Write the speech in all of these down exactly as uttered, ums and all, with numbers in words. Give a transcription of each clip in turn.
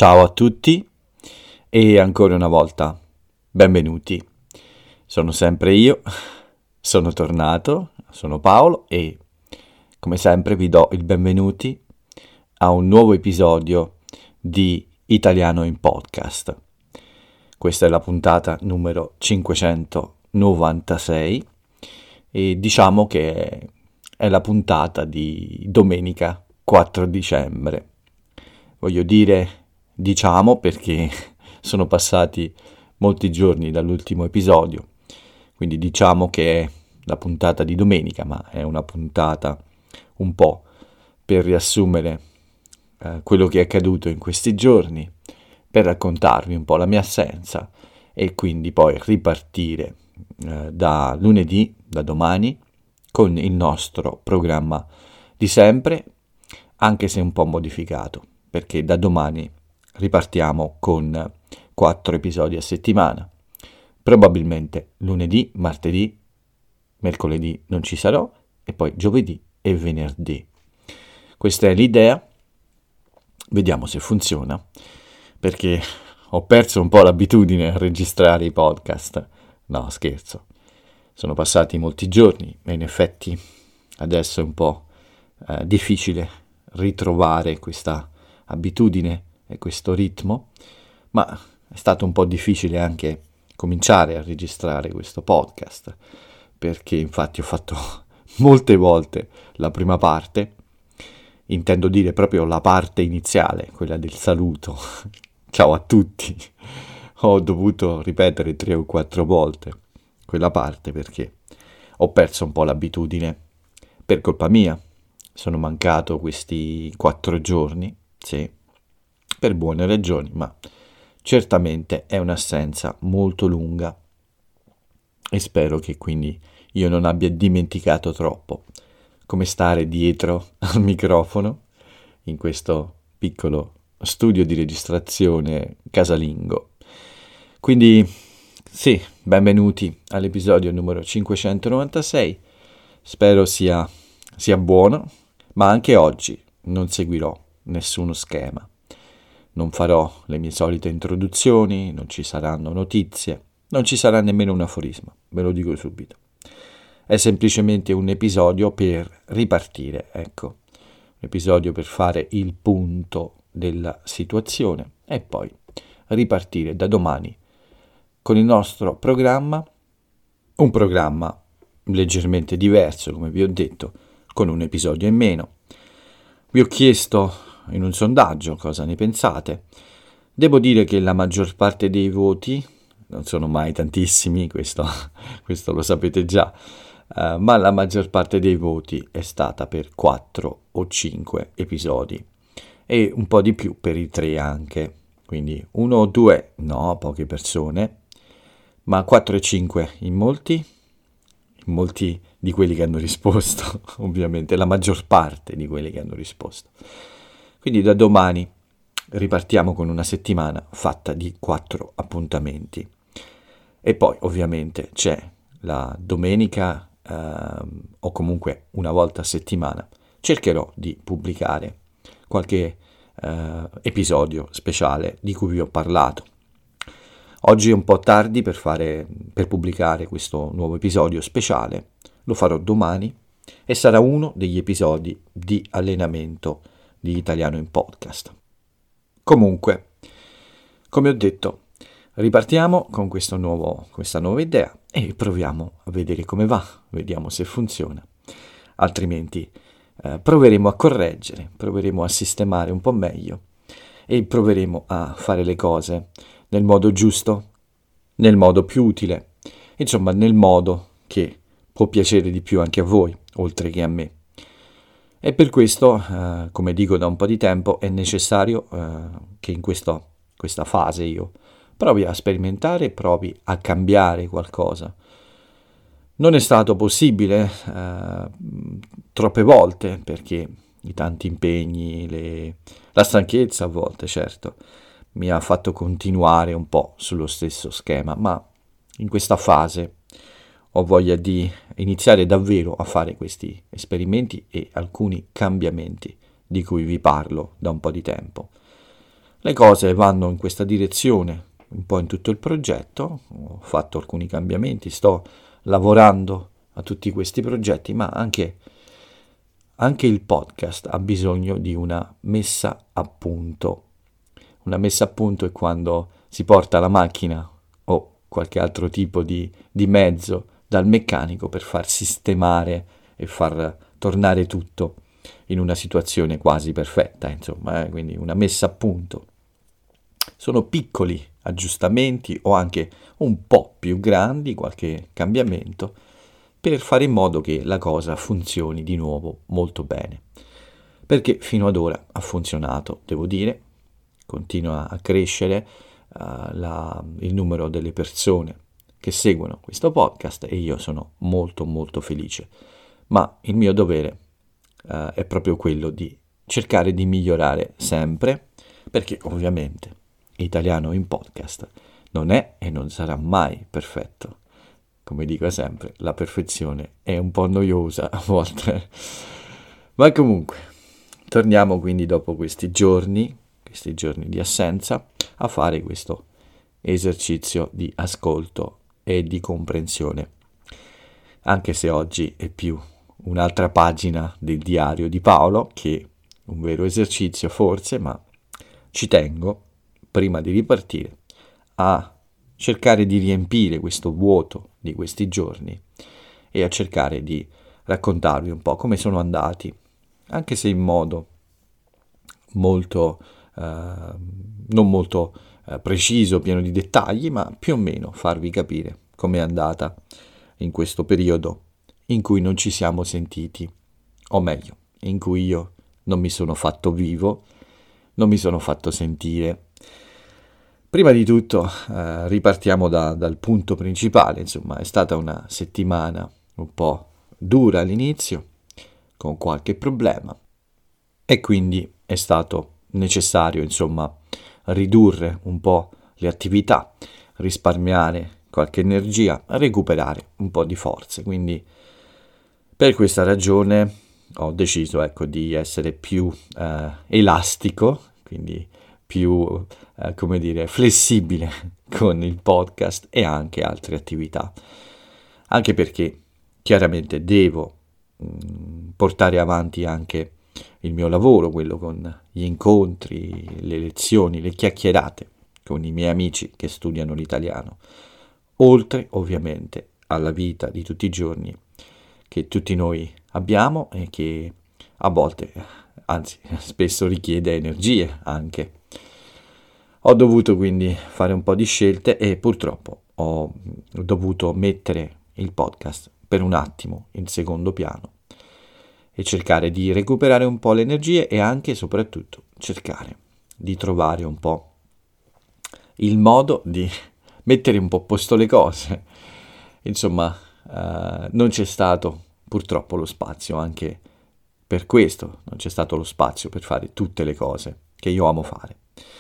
Ciao a tutti e ancora una volta benvenuti. Sono sempre io, sono tornato, sono Paolo e come sempre vi do il benvenuti a un nuovo episodio di Italiano in Podcast. Questa è la puntata numero cinquecentonovantasei e diciamo che è la puntata di domenica quattro dicembre. Voglio dire diciamo perché sono passati molti giorni dall'ultimo episodio, quindi diciamo che è la puntata di domenica, ma è una puntata un po' per riassumere eh, quello che è accaduto in questi giorni, per raccontarvi un po' la mia assenza e quindi poi ripartire eh, da lunedì, da domani, con il nostro programma di sempre, anche se un po' modificato, perché da domani ripartiamo con quattro episodi a settimana. Probabilmente lunedì, martedì, mercoledì non ci sarò e poi giovedì e venerdì. Questa è l'idea, vediamo se funziona, perché ho perso un po' l'abitudine a registrare i podcast. No, scherzo. Sono passati molti giorni e in effetti adesso è un po' eh, difficile ritrovare questa abitudine e questo ritmo, ma è stato un po' difficile anche cominciare a registrare questo podcast, perché infatti ho fatto molte volte la prima parte, intendo dire proprio la parte iniziale, quella del saluto, ciao a tutti, ho dovuto ripetere tre o quattro volte quella parte perché ho perso un po' l'abitudine per colpa mia, sono mancato questi quattro giorni, sì, per buone ragioni, ma certamente è un'assenza molto lunga e spero che quindi io non abbia dimenticato troppo come stare dietro al microfono in questo piccolo studio di registrazione casalingo. Quindi sì, benvenuti all'episodio numero cinquecentonovantasei, spero sia, sia buono, ma anche oggi non seguirò nessuno schema. Non farò le mie solite introduzioni, non ci saranno notizie, non ci sarà nemmeno un aforisma, ve lo dico subito. È semplicemente un episodio per ripartire, ecco, un episodio per fare il punto della situazione e poi ripartire da domani con il nostro programma, un programma leggermente diverso, come vi ho detto, con un episodio in meno. Vi ho chiesto in un sondaggio cosa ne pensate. Devo dire che la maggior parte dei voti, non sono mai tantissimi, questo, questo lo sapete già, uh, ma la maggior parte dei voti è stata per quattro o cinque episodi e un po' di più per i tre anche, quindi uno o due no, poche persone, ma quattro e cinque in molti, in molti di quelli che hanno risposto, ovviamente la maggior parte di quelli che hanno risposto. Quindi da domani ripartiamo con una settimana fatta di quattro appuntamenti. E poi ovviamente c'è la domenica ehm, o comunque una volta a settimana. Cercherò di pubblicare qualche eh, episodio speciale di cui vi ho parlato. Oggi è un po' tardi per, fare, per pubblicare questo nuovo episodio speciale. Lo farò domani e sarà uno degli episodi di allenamento di Italiano in Podcast. Comunque, come ho detto, ripartiamo con questo nuovo, questa nuova idea e proviamo a vedere come va, vediamo se funziona. Altrimenti eh, proveremo a correggere, proveremo a sistemare un po' meglio e proveremo a fare le cose nel modo giusto, nel modo più utile, insomma nel modo che può piacere di più anche a voi, oltre che a me. E per questo, eh, come dico da un po' di tempo, è necessario eh, che in questo, questa fase io provi a sperimentare, provi a cambiare qualcosa. Non è stato possibile eh, troppe volte, perché i tanti impegni, le... la stanchezza a volte, certo, mi ha fatto continuare un po' sullo stesso schema, ma in questa fase ho voglia di iniziare davvero a fare questi esperimenti e alcuni cambiamenti di cui vi parlo da un po' di tempo. Le cose vanno in questa direzione un po' in tutto il progetto, ho fatto alcuni cambiamenti, sto lavorando a tutti questi progetti, ma anche, anche il podcast ha bisogno di una messa a punto. Una messa a punto è quando si porta la macchina o qualche altro tipo di, di mezzo dal meccanico per far sistemare e far tornare tutto in una situazione quasi perfetta, insomma, eh? Quindi una messa a punto. Sono piccoli aggiustamenti o anche un po' più grandi, qualche cambiamento, per fare in modo che la cosa funzioni di nuovo molto bene. Perché fino ad ora ha funzionato, devo dire, continua a crescere uh, la, il numero delle persone che seguono questo podcast e io sono molto molto felice. Ma il mio dovere uh, è proprio quello di cercare di migliorare sempre, perché ovviamente Italiano in podcast non è e non sarà mai perfetto. Come dico sempre, la perfezione è un po' noiosa a volte. Ma comunque, torniamo quindi dopo questi giorni, questi giorni di assenza, a fare questo esercizio di ascolto e di comprensione. Anche se oggi è più un'altra pagina del diario di Paolo che un vero esercizio forse, ma ci tengo, prima di ripartire, a cercare di riempire questo vuoto di questi giorni e a cercare di raccontarvi un po' come sono andati, anche se in modo molto, eh, non molto eh, preciso, pieno di dettagli, ma più o meno farvi capire com'è andata in questo periodo in cui non ci siamo sentiti, o meglio, in cui io non mi sono fatto vivo, non mi sono fatto sentire. Prima di tutto eh, ripartiamo da, dal punto principale, insomma è stata una settimana un po' dura all'inizio, con qualche problema, e quindi è stato necessario insomma ridurre un po' le attività, risparmiare qualche energia, recuperare un po' di forze, quindi per questa ragione ho deciso ecco di essere più eh, elastico, quindi più, eh, come dire, flessibile con il podcast e anche altre attività. Anche perché chiaramente devo mh, portare avanti anche il mio lavoro, quello con gli incontri, le lezioni, le chiacchierate con i miei amici che studiano l'italiano, oltre ovviamente alla vita di tutti i giorni che tutti noi abbiamo e che a volte, anzi spesso richiede energie anche. Ho dovuto quindi fare un po' di scelte e purtroppo ho dovuto mettere il podcast per un attimo in secondo piano e cercare di recuperare un po' le energie e anche e soprattutto cercare di trovare un po' il modo di mettere un po' a posto le cose. Insomma, eh, non c'è stato purtroppo lo spazio anche per questo, non c'è stato lo spazio per fare tutte le cose che io amo fare.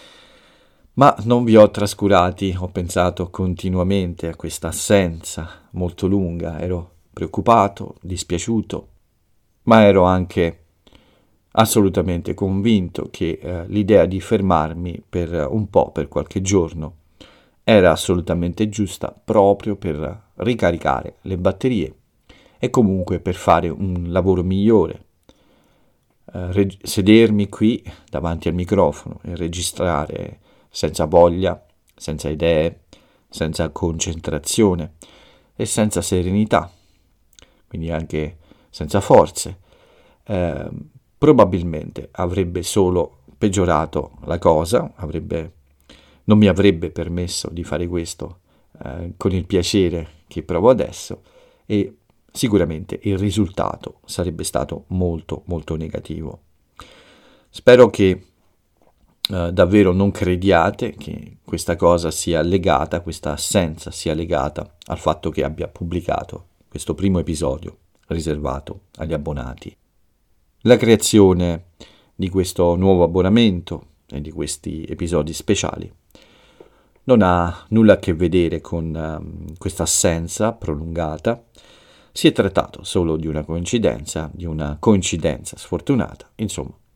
Ma non vi ho trascurati, ho pensato continuamente a questa assenza molto lunga, ero preoccupato, dispiaciuto, ma ero anche assolutamente convinto che eh, l'idea di fermarmi per un po', per qualche giorno, era assolutamente giusta proprio per ricaricare le batterie e comunque per fare un lavoro migliore. Eh, reg- sedermi qui davanti al microfono e registrare senza voglia, senza idee, senza concentrazione e senza serenità, quindi anche senza forze, eh, probabilmente avrebbe solo peggiorato la cosa, avrebbe, non mi avrebbe permesso di fare questo eh, con il piacere che provo adesso e sicuramente il risultato sarebbe stato molto molto negativo. Spero che Uh, davvero non crediate che questa cosa sia legata, questa assenza sia legata al fatto che abbia pubblicato questo primo episodio riservato agli abbonati. La creazione di questo nuovo abbonamento e di questi episodi speciali non ha nulla a che vedere con um, questa assenza prolungata. Si è trattato solo di una coincidenza, di una coincidenza sfortunata, insomma.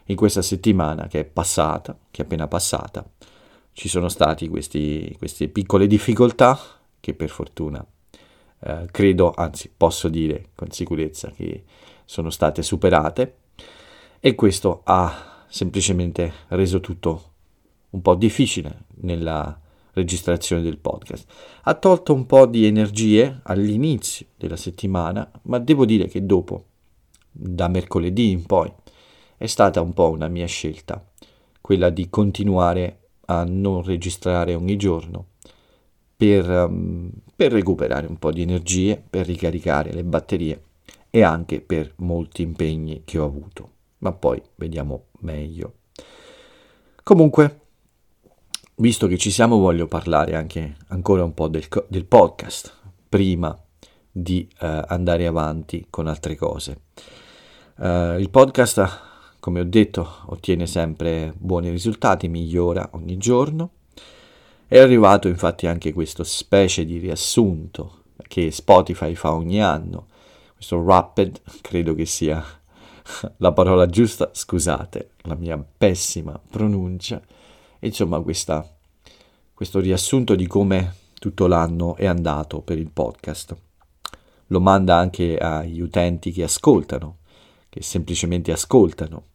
in questa settimana che è passata, che è appena passata, ci sono stati questi, queste piccole difficoltà che per fortuna eh, credo, anzi posso dire con sicurezza che sono state superate, e questo ha semplicemente reso tutto un po' difficile nella registrazione del podcast. Ha tolto un po' di energie all'inizio della settimana, ma devo dire che dopo, da mercoledì in poi, è stata un po' una mia scelta, quella di continuare a non registrare ogni giorno per, um, per recuperare un po' di energie, per ricaricare le batterie e anche per molti impegni che ho avuto, ma poi vediamo meglio. Comunque, visto che ci siamo, voglio parlare anche ancora un po' del, del podcast prima di uh, andare avanti con altre cose. Uh, il podcast, come ho detto, ottiene sempre buoni risultati, migliora ogni giorno. È arrivato infatti anche questo specie di riassunto che Spotify fa ogni anno, questo Wrapped, credo che sia la parola giusta, scusate la mia pessima pronuncia, insomma questa, questo riassunto di come tutto l'anno è andato per il podcast. Lo manda anche agli utenti che ascoltano, che semplicemente ascoltano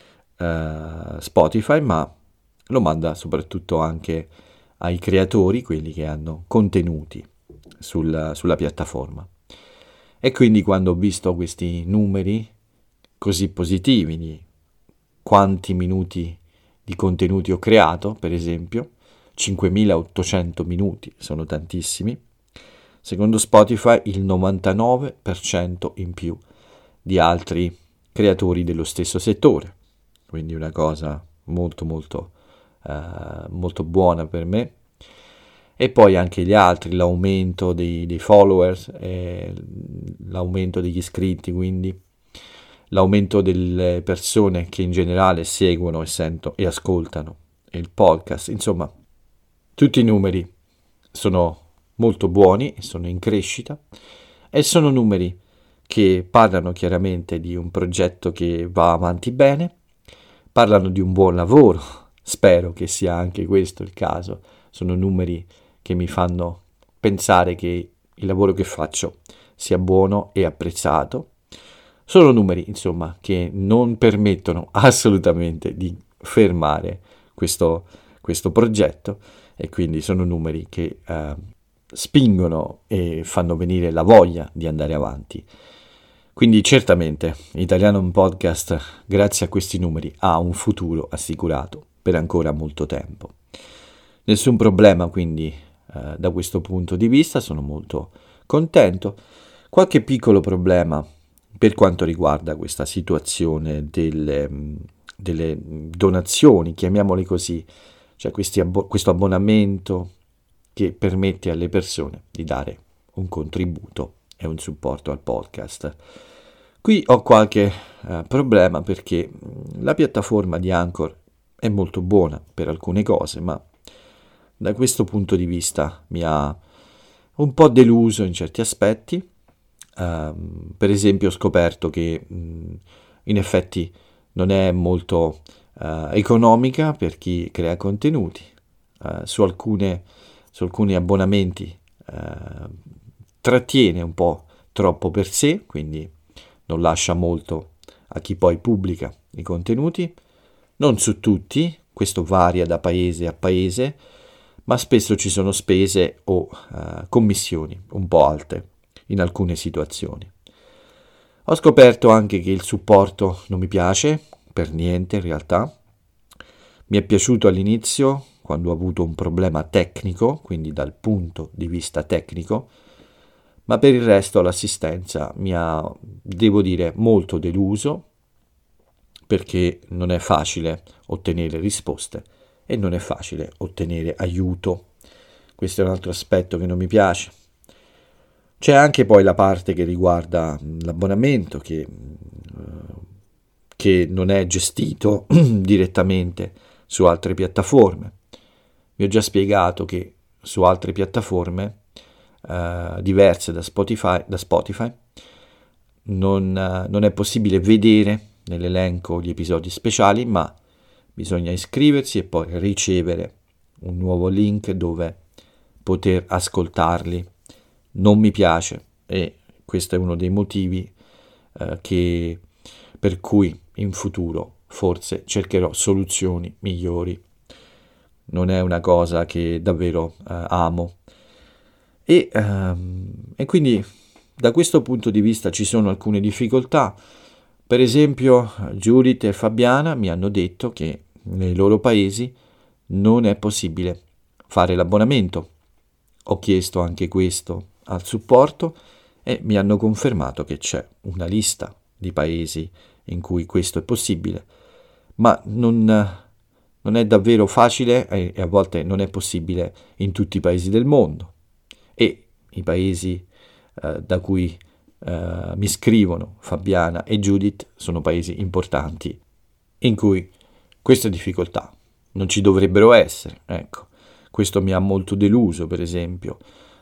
uh, Spotify, ma lo manda soprattutto anche ai creatori, quelli che hanno contenuti sul, sulla piattaforma. E quindi quando ho visto questi numeri così positivi di quanti minuti di contenuti ho creato, per esempio, cinquemilaottocento minuti, sono tantissimi, secondo Spotify il novantanove per cento in più di altri creatori dello stesso settore, quindi una cosa molto molto uh, molto buona per me. E poi anche gli altri, l'aumento dei, dei followers, eh, l'aumento degli iscritti, quindi l'aumento delle persone che in generale seguono e sentono e ascoltano il podcast. Insomma, tutti i numeri sono molto buoni, sono in crescita e sono numeri che parlano chiaramente di un progetto che va avanti bene, parlano di un buon lavoro, spero che sia anche questo il caso, sono numeri che mi fanno pensare che il lavoro che faccio sia buono e apprezzato. Sono numeri, insomma, che non permettono assolutamente di fermare questo, questo progetto, e quindi sono numeri che eh, spingono e fanno venire la voglia di andare avanti. Quindi certamente Italiano Podcast, grazie a questi numeri, ha un futuro assicurato per ancora molto tempo. Nessun problema quindi eh, da questo punto di vista, sono molto contento. Qualche piccolo problema per quanto riguarda questa situazione delle, delle donazioni, chiamiamole così, cioè questi abbo- questo abbonamento che permette alle persone di dare un contributo e un supporto al podcast. Qui ho qualche eh, problema perché la piattaforma di Anchor è molto buona per alcune cose, ma da questo punto di vista mi ha un po' deluso in certi aspetti. Uh, per esempio ho scoperto che mh, in effetti non è molto uh, economica per chi crea contenuti. Uh, su, alcune, su alcuni abbonamenti uh, trattiene un po' troppo per sé, quindi non lascia molto a chi poi pubblica i contenuti. Non su tutti, questo varia da paese a paese, ma spesso ci sono spese o uh, commissioni un po' alte in alcune situazioni. Ho scoperto anche che il supporto non mi piace per niente in realtà. Mi è piaciuto all'inizio quando ho avuto un problema tecnico, quindi dal punto di vista tecnico, ma per il resto l'assistenza mi ha, devo dire, molto deluso, perché non è facile ottenere risposte e non è facile ottenere aiuto. Questo è un altro aspetto che non mi piace. C'è anche poi la parte che riguarda l'abbonamento che, che non è gestito direttamente su altre piattaforme. Vi ho già spiegato che su altre piattaforme uh, diverse da Spotify, da Spotify non, uh, non è possibile vedere nell'elenco gli episodi speciali, ma bisogna iscriversi e poi ricevere un nuovo link dove poter ascoltarli. Non mi piace e questo è uno dei motivi eh, che, per cui in futuro forse cercherò soluzioni migliori. Non è una cosa che davvero eh, amo. E, ehm, e quindi da questo punto di vista ci sono alcune difficoltà. Per esempio, Judith e Fabiana mi hanno detto che nei loro paesi non è possibile fare l'abbonamento. Ho chiesto anche questo al supporto e mi hanno confermato che c'è una lista di paesi in cui questo è possibile, ma non, non è davvero facile e, e a volte non è possibile in tutti i paesi del mondo. E i paesi eh, da cui eh, mi scrivono Fabiana e Judith sono paesi importanti in cui queste difficoltà non ci dovrebbero essere. Ecco, questo mi ha molto deluso, per esempio.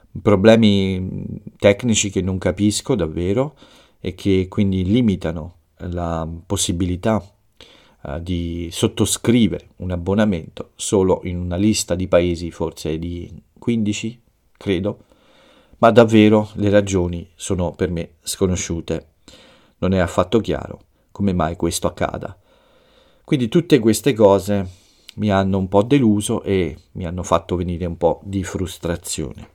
Problemi tecnici che non capisco davvero e che quindi limitano la possibilità uh, di sottoscrivere un abbonamento solo in una lista di paesi, forse di quindici, credo, ma davvero le ragioni sono per me sconosciute. Non è affatto chiaro come mai questo accada. Quindi tutte queste cose mi hanno un po' deluso e mi hanno fatto venire un po' di frustrazione.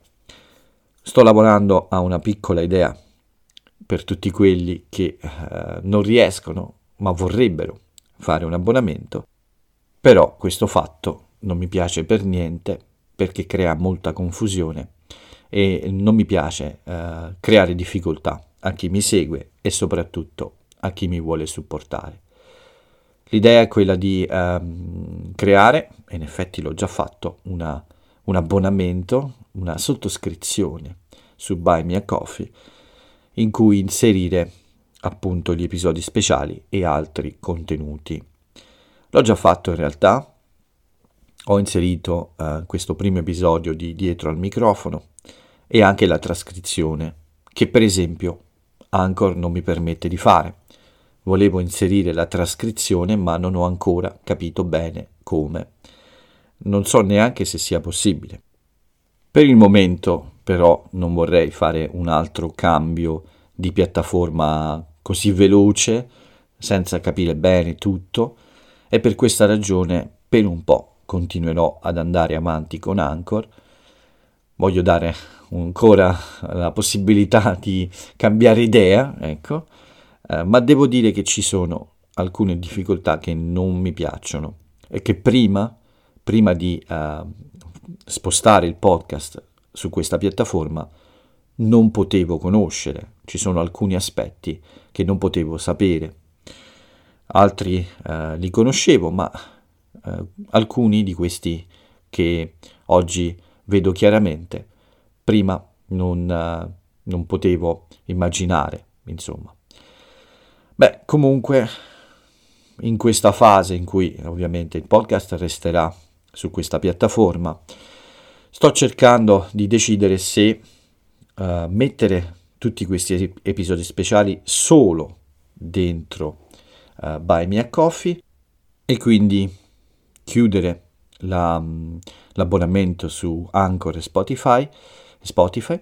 Sto lavorando a una piccola idea per tutti quelli che eh, non riescono, ma vorrebbero fare un abbonamento, però questo fatto non mi piace per niente perché crea molta confusione e non mi piace eh, creare difficoltà a chi mi segue e soprattutto a chi mi vuole supportare. L'idea è quella di ehm, creare, e in effetti l'ho già fatto, una, un abbonamento, una sottoscrizione su Buy Me a Coffee, in cui inserire appunto gli episodi speciali e altri contenuti. L'ho già fatto in realtà, ho inserito eh, questo primo episodio di Dietro al microfono e anche la trascrizione, che per esempio Anchor non mi permette di fare. Volevo inserire la trascrizione, ma non ho ancora capito bene come. Non so neanche se sia possibile. Per il momento, però, non vorrei fare un altro cambio di piattaforma così veloce, senza capire bene tutto, e per questa ragione, per un po', continuerò ad andare avanti con Anchor. Voglio dare ancora la possibilità di cambiare idea, ecco, eh, ma devo dire che ci sono alcune difficoltà che non mi piacciono e che prima, prima di uh, spostare il podcast su questa piattaforma non potevo conoscere. Ci sono alcuni aspetti che non potevo sapere, altri uh, li conoscevo, ma uh, alcuni di questi che oggi vedo chiaramente, prima non, uh, non potevo immaginare, insomma. Beh, comunque, in questa fase in cui ovviamente il podcast resterà su questa piattaforma, sto cercando di decidere se uh, mettere tutti questi episodi speciali solo dentro uh, Buy Me a Coffee e quindi chiudere la, um, l'abbonamento su Anchor e Spotify. Spotify.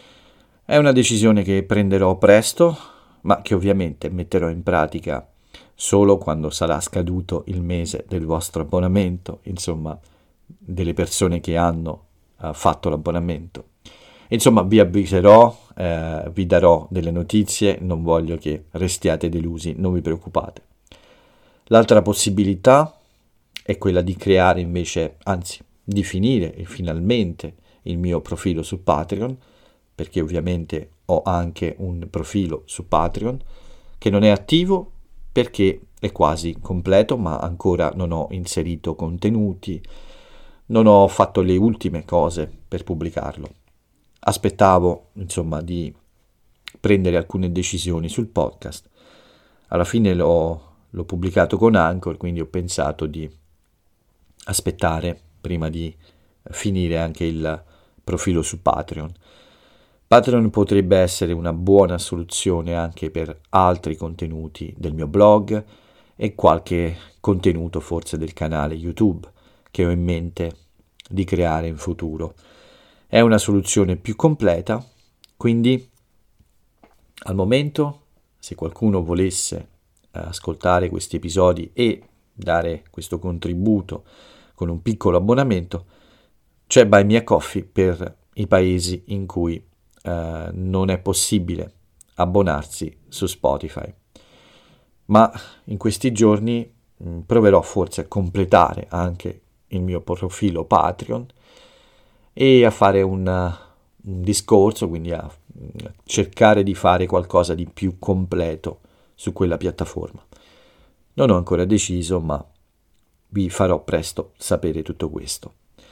È una decisione che prenderò presto, ma che ovviamente metterò in pratica solo quando sarà scaduto il mese del vostro abbonamento, insomma, delle persone che hanno uh, fatto l'abbonamento. Insomma, vi avviserò, eh, vi darò delle notizie, non voglio che restiate delusi, non vi preoccupate. L'altra possibilità è quella di creare invece, anzi, di finire e finalmente il mio profilo su Patreon, perché ovviamente ho anche un profilo su Patreon che non è attivo perché è quasi completo, ma ancora non ho inserito contenuti, non ho fatto le ultime cose per pubblicarlo. Aspettavo, insomma, di prendere alcune decisioni sul podcast. Alla fine l'ho, l'ho pubblicato con Anchor, quindi ho pensato di aspettare prima di finire anche il profilo su Patreon. Patreon potrebbe essere una buona soluzione anche per altri contenuti del mio blog e qualche contenuto forse del canale YouTube che ho in mente di creare in futuro. È una soluzione più completa, quindi al momento, se qualcuno volesse ascoltare questi episodi e dare questo contributo con un piccolo abbonamento, c'è Buy Me a Coffee per i paesi in cui eh, non è possibile abbonarsi su Spotify. Ma in questi giorni mh, proverò forse a completare anche il mio profilo Patreon e a fare un, un discorso, quindi a, a cercare di fare qualcosa di più completo su quella piattaforma. Non ho ancora deciso, ma vi farò presto sapere tutto questo.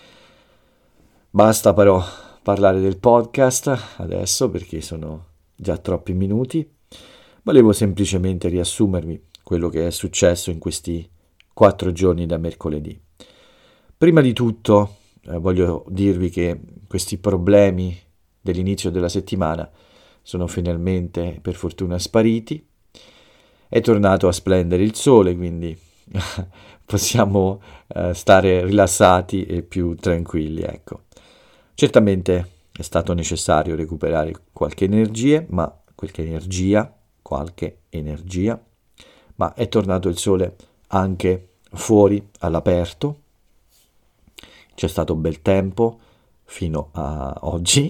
Basta però parlare del podcast adesso perché sono già troppi minuti. Volevo semplicemente riassumervi quello che è successo in questi quattro giorni da mercoledì. Prima di tutto eh, voglio dirvi che questi problemi dell'inizio della settimana sono finalmente, per fortuna, spariti. È tornato a splendere il sole, quindi possiamo eh, stare rilassati e più tranquilli, ecco. Certamente è stato necessario recuperare qualche energia, ma qualche energia, qualche energia, ma è tornato il sole anche fuori all'aperto. C'è stato bel tempo fino a oggi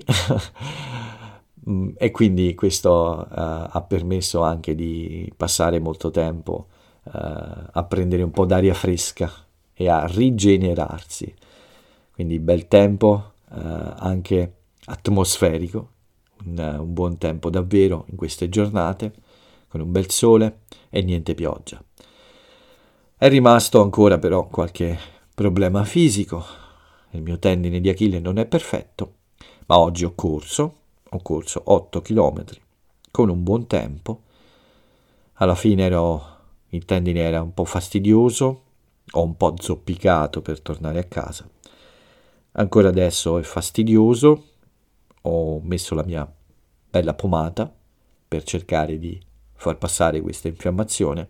e quindi questo uh, ha permesso anche di passare molto tempo uh, a prendere un po' d'aria fresca e a rigenerarsi. Quindi bel tempo uh, anche atmosferico, un, un buon tempo davvero in queste giornate, con un bel sole e niente pioggia. È rimasto ancora però qualche problema fisico. Il mio tendine di Achille non è perfetto, ma oggi ho corso, ho corso otto chilometri con un buon tempo. Alla fine ero, il tendine era un po' fastidioso, ho un po' zoppicato per tornare a casa. Ancora adesso è fastidioso, ho messo la mia bella pomata per cercare di far passare questa infiammazione.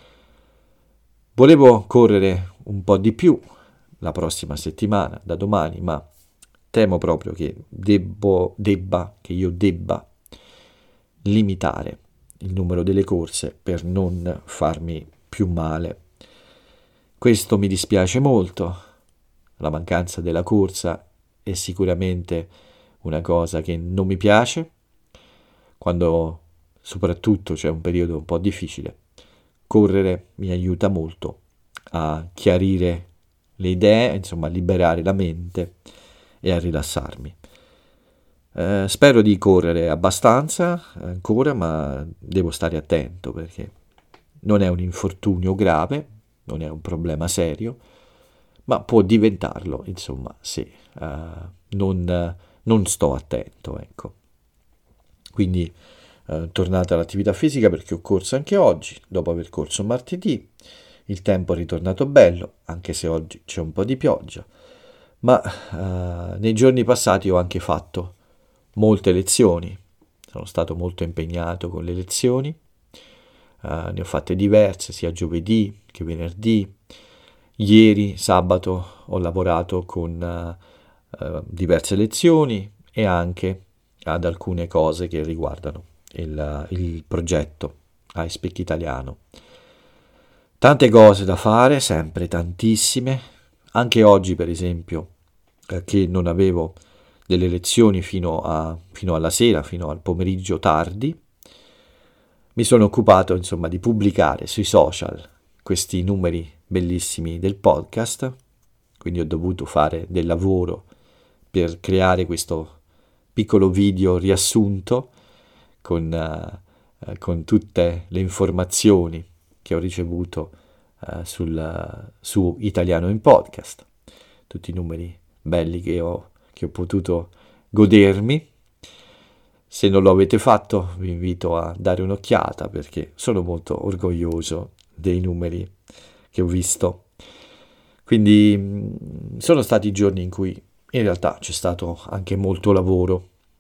Volevo correre un po' di più la prossima settimana, da domani, ma temo proprio che debbo, debba, che io debba limitare il numero delle corse per non farmi più male. Questo mi dispiace molto, la mancanza della corsa è sicuramente una cosa che non mi piace, quando soprattutto c'è un periodo un po' difficile. Correre mi aiuta molto a chiarire le idee, insomma, a liberare la mente e a rilassarmi. Eh, spero di correre abbastanza ancora, ma devo stare attento perché non è un infortunio grave, non è un problema serio, ma può diventarlo, insomma, se uh, non, non sto attento, ecco. Quindi uh, tornata all'attività fisica perché ho corso anche oggi, dopo aver corso martedì. Il tempo è ritornato bello, anche se oggi c'è un po' di pioggia, ma uh, nei giorni passati ho anche fatto molte lezioni, sono stato molto impegnato con le lezioni, uh, ne ho fatte diverse, sia giovedì che venerdì. Ieri, sabato, ho lavorato con uh, uh, diverse lezioni e anche ad alcune cose che riguardano il, il progetto iSpeak Italiano. Tante cose da fare, sempre tantissime. Anche oggi, per esempio, eh, che non avevo delle lezioni fino, a, fino alla sera, fino al pomeriggio tardi, mi sono occupato, insomma, di pubblicare sui social questi numeri bellissimi del podcast, quindi ho dovuto fare del lavoro per creare questo piccolo video riassunto con, uh, con tutte le informazioni che ho ricevuto uh, sul, su Italiano in Podcast, tutti i numeri belli che ho, che ho potuto godermi. Se non lo avete fatto vi invito a dare un'occhiata perché sono molto orgoglioso dei numeri che ho visto. Quindi mh, sono stati giorni in cui in realtà c'è stato anche molto lavoro,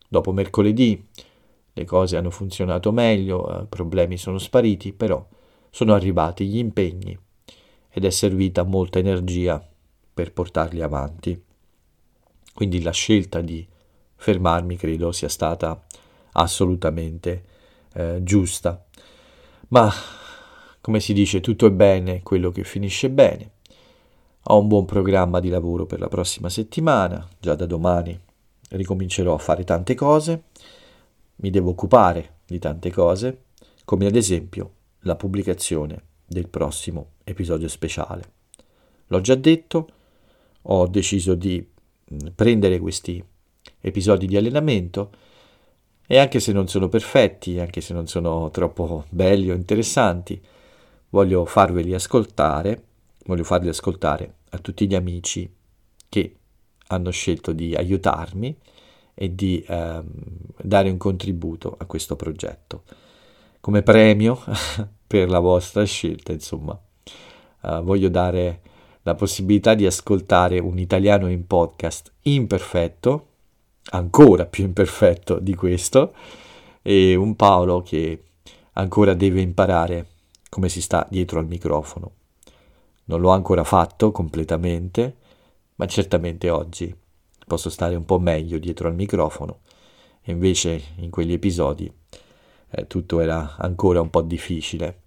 Dopo mercoledì le cose hanno funzionato meglio, i problemi sono spariti, però sono arrivati gli impegni ed è servita molta energia per portarli avanti. Quindi la scelta di fermarmi credo sia stata assolutamente eh, giusta. Ma, come si dice, tutto è bene quello che finisce bene. Ho un buon programma di lavoro per la prossima settimana, già da domani ricomincerò a fare tante cose, mi devo occupare di tante cose, come ad esempio la pubblicazione del prossimo episodio speciale. L'ho già detto, ho deciso di prendere questi episodi di allenamento e anche se non sono perfetti, anche se non sono troppo belli o interessanti, voglio farveli ascoltare, voglio farli ascoltare a tutti gli amici che hanno scelto di aiutarmi e di ehm, dare un contributo a questo progetto. Come premio per la vostra scelta, insomma, eh, voglio dare la possibilità di ascoltare un italiano in podcast imperfetto, ancora più imperfetto di questo, e un Paolo che ancora deve imparare come si sta dietro al microfono. Non l'ho ancora fatto completamente, ma certamente oggi posso stare un po' meglio dietro al microfono, e invece in quegli episodi eh, tutto era ancora un po' difficile.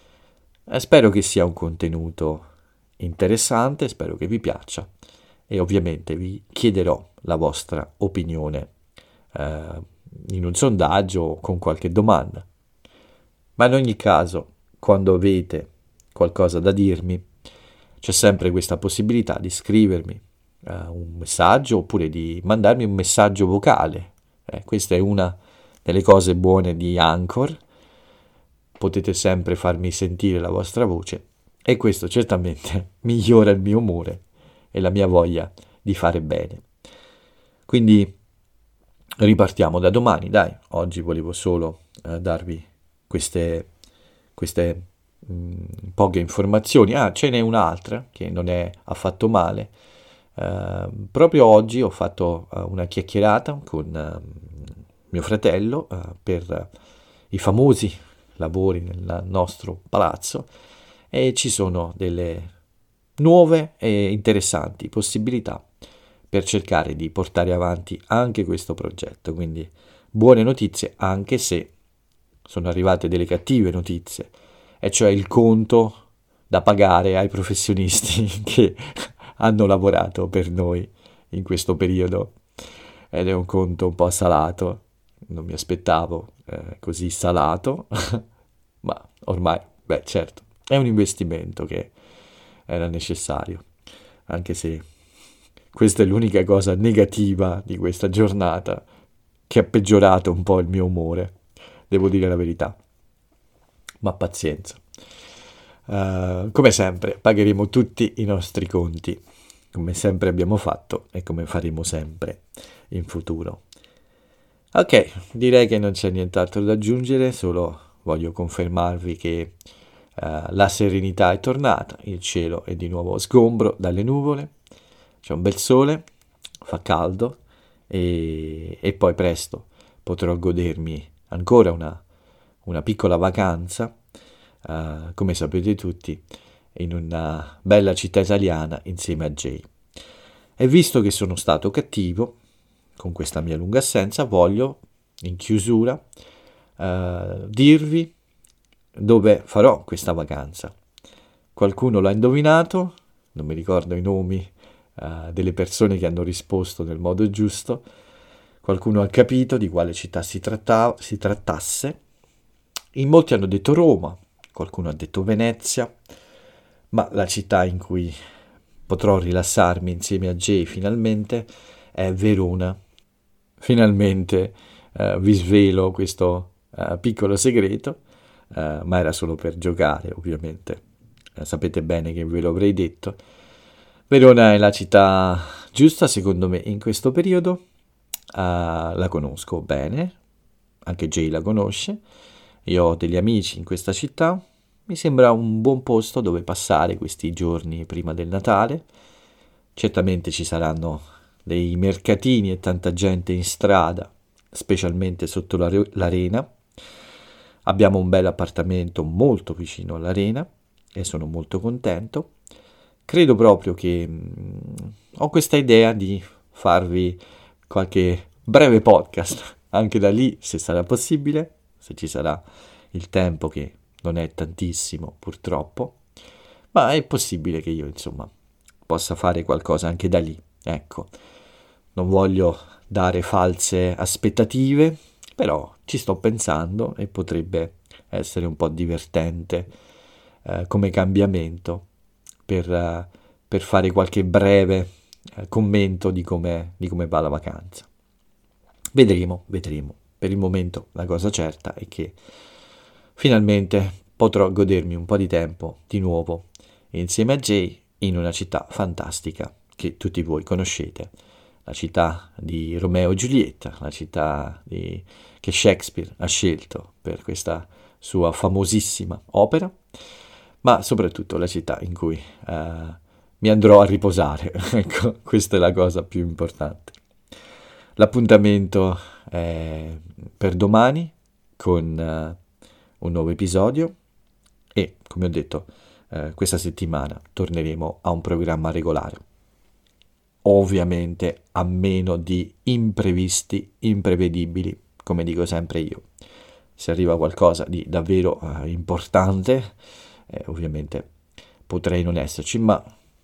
Eh, spero che sia un contenuto interessante, spero che vi piaccia e ovviamente vi chiederò la vostra opinione eh, in un sondaggio o con qualche domanda. Ma in ogni caso, quando avete qualcosa da dirmi, c'è sempre questa possibilità di scrivermi uh, un messaggio oppure di mandarmi un messaggio vocale. Eh, questa è una delle cose buone di Anchor. Potete sempre farmi sentire la vostra voce e questo certamente migliora il mio umore e la mia voglia di fare bene. Quindi ripartiamo da domani, dai. Oggi volevo solo uh, darvi queste, queste mh, poche informazioni. Ah, ce n'è un'altra che non è affatto male. Uh, proprio oggi ho fatto uh, una chiacchierata con uh, mio fratello uh, per uh, i famosi lavori nel nostro palazzo e ci sono delle nuove e interessanti possibilità per cercare di portare avanti anche questo progetto. Quindi buone notizie, anche se sono arrivate delle cattive notizie, e cioè il conto da pagare ai professionisti che hanno lavorato per noi in questo periodo, ed è un conto un po' salato, non mi aspettavo eh, così salato, ma ormai, beh certo, è un investimento che era necessario, anche se questa è l'unica cosa negativa di questa giornata che ha peggiorato un po' il mio umore, devo dire la verità, ma pazienza. Uh, come sempre pagheremo tutti i nostri conti, come sempre abbiamo fatto e come faremo sempre in futuro. Ok, direi che non c'è nient'altro da aggiungere, solo voglio confermarvi che uh, la serenità è tornata, il cielo è di nuovo sgombro dalle nuvole, c'è un bel sole, fa caldo e, e poi presto potrò godermi ancora una, una piccola vacanza, uh, come sapete tutti, in una bella città italiana insieme a Jay. E visto che sono stato cattivo con questa mia lunga assenza, voglio in chiusura uh, dirvi dove farò questa vacanza. Qualcuno l'ha indovinato, non mi ricordo i nomi uh, delle persone che hanno risposto nel modo giusto, qualcuno ha capito di quale città si, tratta- si trattasse, in molti hanno detto Roma, qualcuno ha detto Venezia, ma la città in cui potrò rilassarmi insieme a Jay finalmente è Verona. Finalmente uh, vi svelo questo uh, piccolo segreto, uh, ma era solo per giocare ovviamente, uh, sapete bene che ve lo avrei detto. Verona è la città giusta secondo me in questo periodo, uh, la conosco bene, anche Jay la conosce, io ho degli amici in questa città, mi sembra un buon posto dove passare questi giorni prima del Natale. Certamente ci saranno dei mercatini e tanta gente in strada specialmente sotto l'are- l'arena. Abbiamo un bel appartamento molto vicino all'arena e sono molto contento. Credo proprio che mh, ho questa idea di farvi qualche breve podcast, anche da lì se sarà possibile, se ci sarà il tempo, che non è tantissimo purtroppo, ma è possibile che io insomma possa fare qualcosa anche da lì. Ecco, non voglio dare false aspettative, però ci sto pensando e potrebbe essere un po' divertente eh, come cambiamento per, eh, per fare qualche breve eh, commento di come, di come va la vacanza. Vedremo, vedremo. Per il momento la cosa certa è che finalmente potrò godermi un po' di tempo di nuovo insieme a Jay in una città fantastica che tutti voi conoscete, la città di Romeo e Giulietta, la città di- che Shakespeare ha scelto per questa sua famosissima opera, ma soprattutto la città in cui eh, mi andrò a riposare. Ecco, questa è la cosa più importante. L'appuntamento è per domani con eh, un nuovo episodio e, come ho detto, eh, questa settimana torneremo a un programma regolare. Ovviamente a meno di imprevisti, imprevedibili, come dico sempre io. Se arriva qualcosa di davvero eh, importante, eh, ovviamente potrei non esserci, ma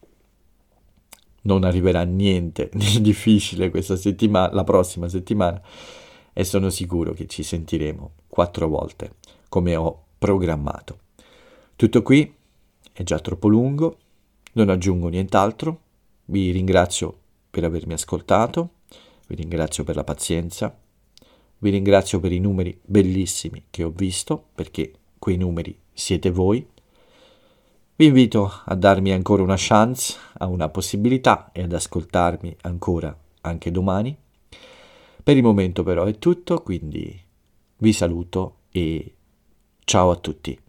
non arriverà niente di difficile questa settimana, la prossima settimana, e sono sicuro che ci sentiremo quattro volte come ho programmato. Tutto qui, è già troppo lungo, non aggiungo nient'altro, vi ringrazio per avermi ascoltato, vi ringrazio per la pazienza, vi ringrazio per i numeri bellissimi che ho visto, perché quei numeri siete voi. Vi invito a darmi ancora una chance, a una possibilità e ad ascoltarmi ancora anche domani. Per il momento però è tutto, quindi vi saluto e ciao a tutti.